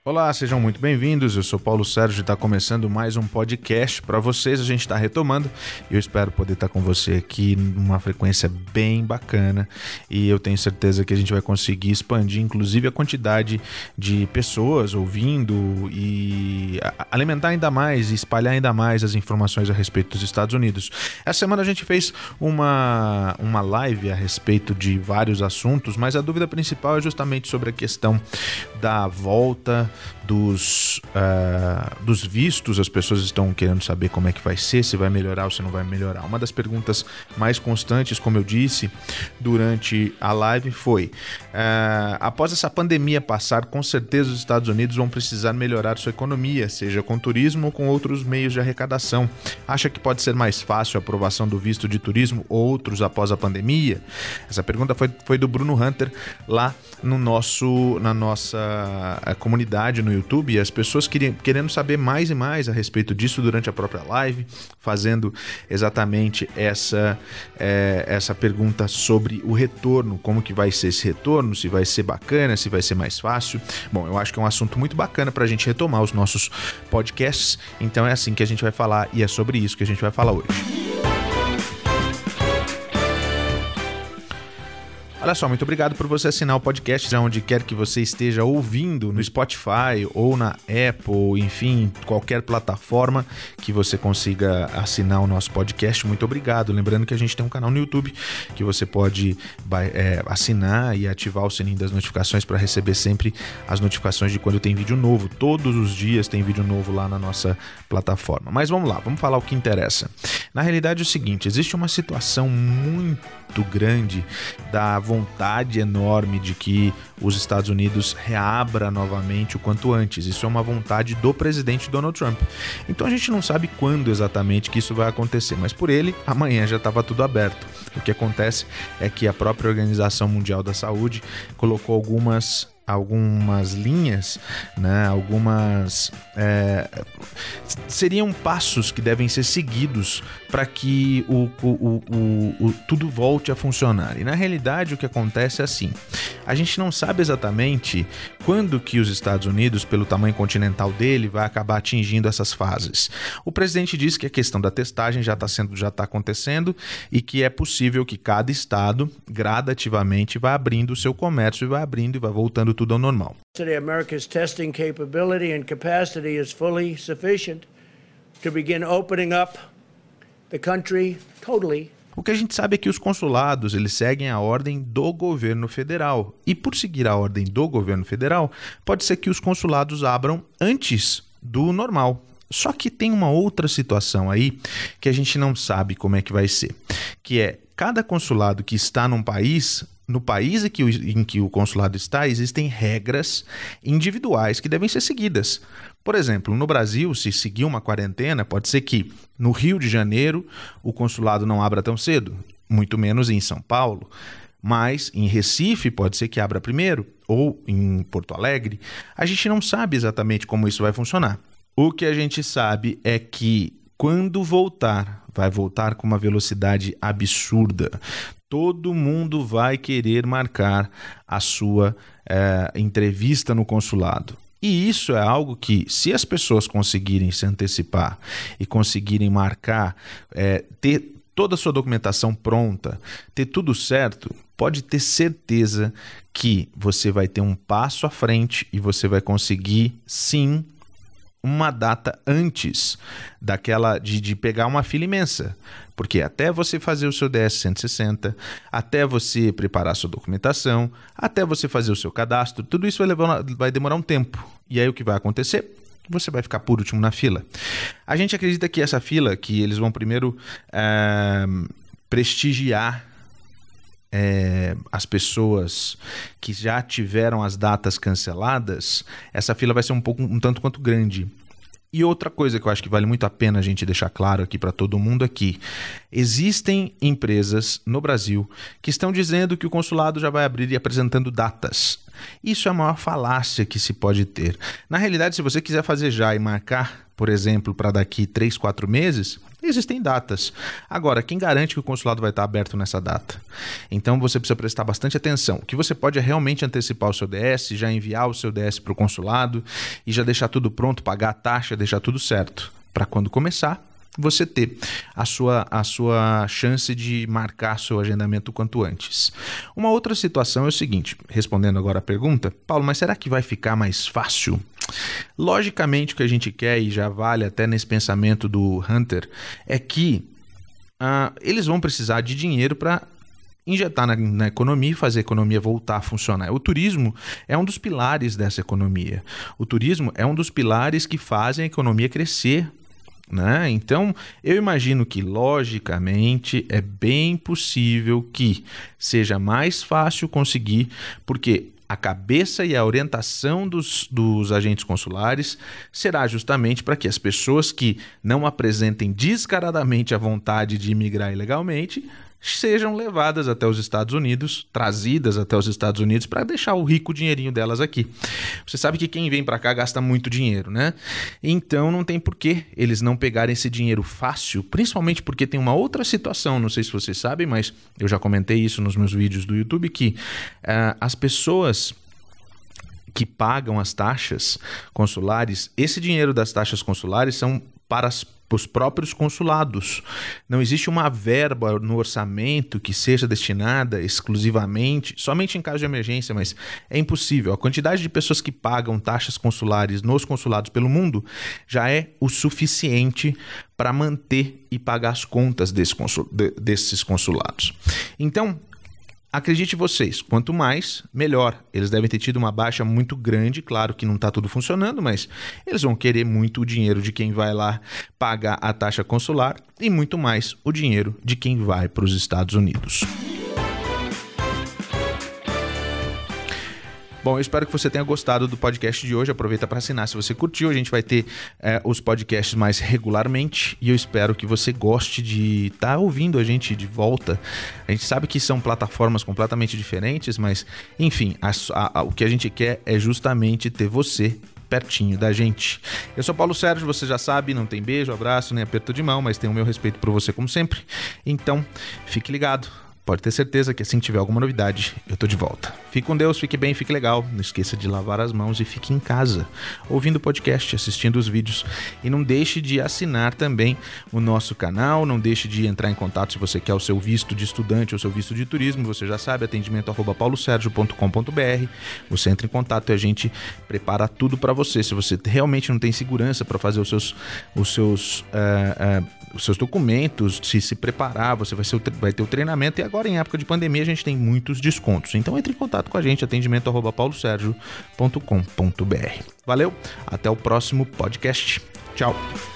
Olá, sejam muito bem-vindos. Eu sou Paulo Sérgio e está começando mais um podcast para vocês. A gente está retomando e eu espero poder estar com você aqui numa frequência bem bacana e eu tenho certeza que a gente vai conseguir expandir, inclusive, a quantidade de pessoas ouvindo e alimentar ainda mais e espalhar ainda mais as informações a respeito dos Estados Unidos. Essa semana a gente fez uma live a respeito de vários assuntos, mas a dúvida principal é justamente sobre a questão da volta dos vistos. As pessoas estão querendo saber como é que vai ser, se vai melhorar ou se não vai melhorar. Uma das perguntas mais constantes, como eu disse durante a live, foi após essa pandemia passar, com certeza os Estados Unidos vão precisar melhorar sua economia, seja com turismo ou com outros meios de arrecadação. Acha que pode ser mais fácil a aprovação do visto de turismo ou outros após a pandemia? Essa pergunta foi do Bruno Hunter lá na nossa comunidade no YouTube, e as pessoas querendo saber mais e mais a respeito disso durante a própria live, fazendo exatamente essa pergunta sobre o retorno, como que vai ser esse retorno, se vai ser bacana, se vai ser mais fácil. Bom, eu acho que é um assunto muito bacana para a gente retomar os nossos podcasts, então é assim que a gente vai falar e é sobre isso que a gente vai falar hoje. Olha só, muito obrigado por você assinar o podcast onde quer que você esteja ouvindo, no Spotify ou na Apple, enfim, qualquer plataforma que você consiga assinar o nosso podcast. Muito obrigado. Lembrando que a gente tem um canal no YouTube que você pode assinar e ativar o sininho das notificações para receber sempre as notificações de quando tem vídeo novo. Todos os dias tem vídeo novo lá na nossa plataforma. Mas vamos lá, vamos falar o que interessa. Na realidade é o seguinte, existe uma situação muito grande da vontade enorme de que os Estados Unidos reabra novamente o quanto antes. Isso é uma vontade do presidente Donald Trump. Então a gente não sabe quando exatamente que isso vai acontecer, mas por ele, amanhã já estava tudo aberto. O que acontece é que a própria Organização Mundial da Saúde colocou algumas linhas, né? Seriam passos que devem ser seguidos para que tudo volte a funcionar. E na realidade o que acontece é assim, a gente não sabe exatamente quando que os Estados Unidos, pelo tamanho continental dele, vai acabar atingindo essas fases. O presidente disse que a questão da testagem já está acontecendo e que é possível que cada estado gradativamente vá abrindo o seu comércio e vai abrindo e vai voltando tudo ao normal. America's testing capability and capacity is fully sufficient to begin opening up the country totally. O que a gente sabe é que os consulados, eles seguem a ordem do governo federal. E por seguir a ordem do governo federal, pode ser que os consulados abram antes do normal. Só que tem uma outra situação aí que a gente não sabe como é que vai ser, que é cada consulado que está num país, no país em que o consulado está, existem regras individuais que devem ser seguidas. Por exemplo, no Brasil, se seguir uma quarentena, pode ser que no Rio de Janeiro o consulado não abra tão cedo, muito menos em São Paulo. Mas em Recife pode ser que abra primeiro, ou em Porto Alegre. A gente não sabe exatamente como isso vai funcionar. O que a gente sabe é que quando voltar, vai voltar com uma velocidade absurda. Todo mundo vai querer marcar a sua entrevista no consulado. E isso é algo que, se as pessoas conseguirem se antecipar e conseguirem marcar, ter toda a sua documentação pronta, ter tudo certo, pode ter certeza que você vai ter um passo à frente e você vai conseguir, sim, uma data antes daquela de pegar uma fila imensa. Porque até você fazer o seu DS-160, até você preparar a sua documentação, até você fazer o seu cadastro, tudo isso vai demorar um tempo. E aí o que vai acontecer? Você vai ficar por último na fila. A gente acredita que essa fila, que eles vão primeiro prestigiar as pessoas que já tiveram as datas canceladas, essa fila vai ser um tanto quanto grande. E outra coisa que eu acho que vale muito a pena a gente deixar claro aqui para todo mundo é que existem empresas no Brasil que estão dizendo que o consulado já vai abrir e apresentando datas. Isso é a maior falácia que se pode ter. Na realidade, se você quiser fazer já e marcar, por exemplo, para daqui 3, 4 meses, Existem datas. Agora, quem garante que o consulado vai estar aberto nessa data? Então, você precisa prestar bastante atenção. O que você pode é realmente antecipar o seu DS, já enviar o seu DS para o consulado e já deixar tudo pronto, pagar a taxa, deixar tudo certo. Para quando começar, você ter a sua chance de marcar seu agendamento o quanto antes. Uma outra situação é o seguinte, respondendo agora a pergunta, Paulo, mas será que vai ficar mais fácil? Logicamente, o que a gente quer, e já vale até nesse pensamento do Hunter, é que eles vão precisar de dinheiro para injetar na economia e fazer a economia voltar a funcionar. O turismo é um dos pilares dessa economia. O turismo é um dos pilares que fazem a economia crescer, né? Então, eu imagino que, logicamente, é bem possível que seja mais fácil conseguir, porque a cabeça e a orientação dos agentes consulares será justamente para que as pessoas que não apresentem descaradamente a vontade de imigrar ilegalmente sejam levadas até os Estados Unidos, trazidas até os Estados Unidos para deixar o rico dinheirinho delas aqui. Você sabe que quem vem para cá gasta muito dinheiro, né? Então não tem por que eles não pegarem esse dinheiro fácil, principalmente porque tem uma outra situação, não sei se vocês sabem, mas eu já comentei isso nos meus vídeos do YouTube, que as pessoas que pagam as taxas consulares, esse dinheiro das taxas consulares são para os próprios consulados. Não existe uma verba no orçamento que seja destinada exclusivamente, somente em caso de emergência, mas é impossível. A quantidade de pessoas que pagam taxas consulares nos consulados pelo mundo já é o suficiente para manter e pagar as contas desses consulados. Então, acredite vocês, quanto mais, melhor. Eles devem ter tido uma baixa muito grande, claro que não está tudo funcionando, mas eles vão querer muito o dinheiro de quem vai lá pagar a taxa consular e muito mais o dinheiro de quem vai para os Estados Unidos. Bom, eu espero que você tenha gostado do podcast de hoje. Aproveita para assinar se você curtiu. A gente vai ter os podcasts mais regularmente e eu espero que você goste de estar ouvindo a gente de volta. A gente sabe que são plataformas completamente diferentes, mas, enfim, o que a gente quer é justamente ter você pertinho da gente. Eu sou Paulo Sérgio, você já sabe, não tem beijo, abraço, nem aperto de mão, mas tenho o meu respeito por você como sempre. Então, fique ligado. Pode ter certeza que assim que tiver alguma novidade, eu tô de volta. Fique com Deus, fique bem, fique legal. Não esqueça de lavar as mãos e fique em casa, ouvindo o podcast, assistindo os vídeos. E não deixe de assinar também o nosso canal, não deixe de entrar em contato se você quer o seu visto de estudante ou seu visto de turismo. Você já sabe, atendimento@paulosergio.com.br. Você entra em contato e a gente prepara tudo para você. Se você realmente não tem segurança para fazer os seus documentos, se preparar, você vai ter o treinamento. E agora, em época de pandemia, a gente tem muitos descontos. Então, entre em contato com a gente, atendimento@paulosergio.com.br. Valeu, até o próximo podcast. Tchau!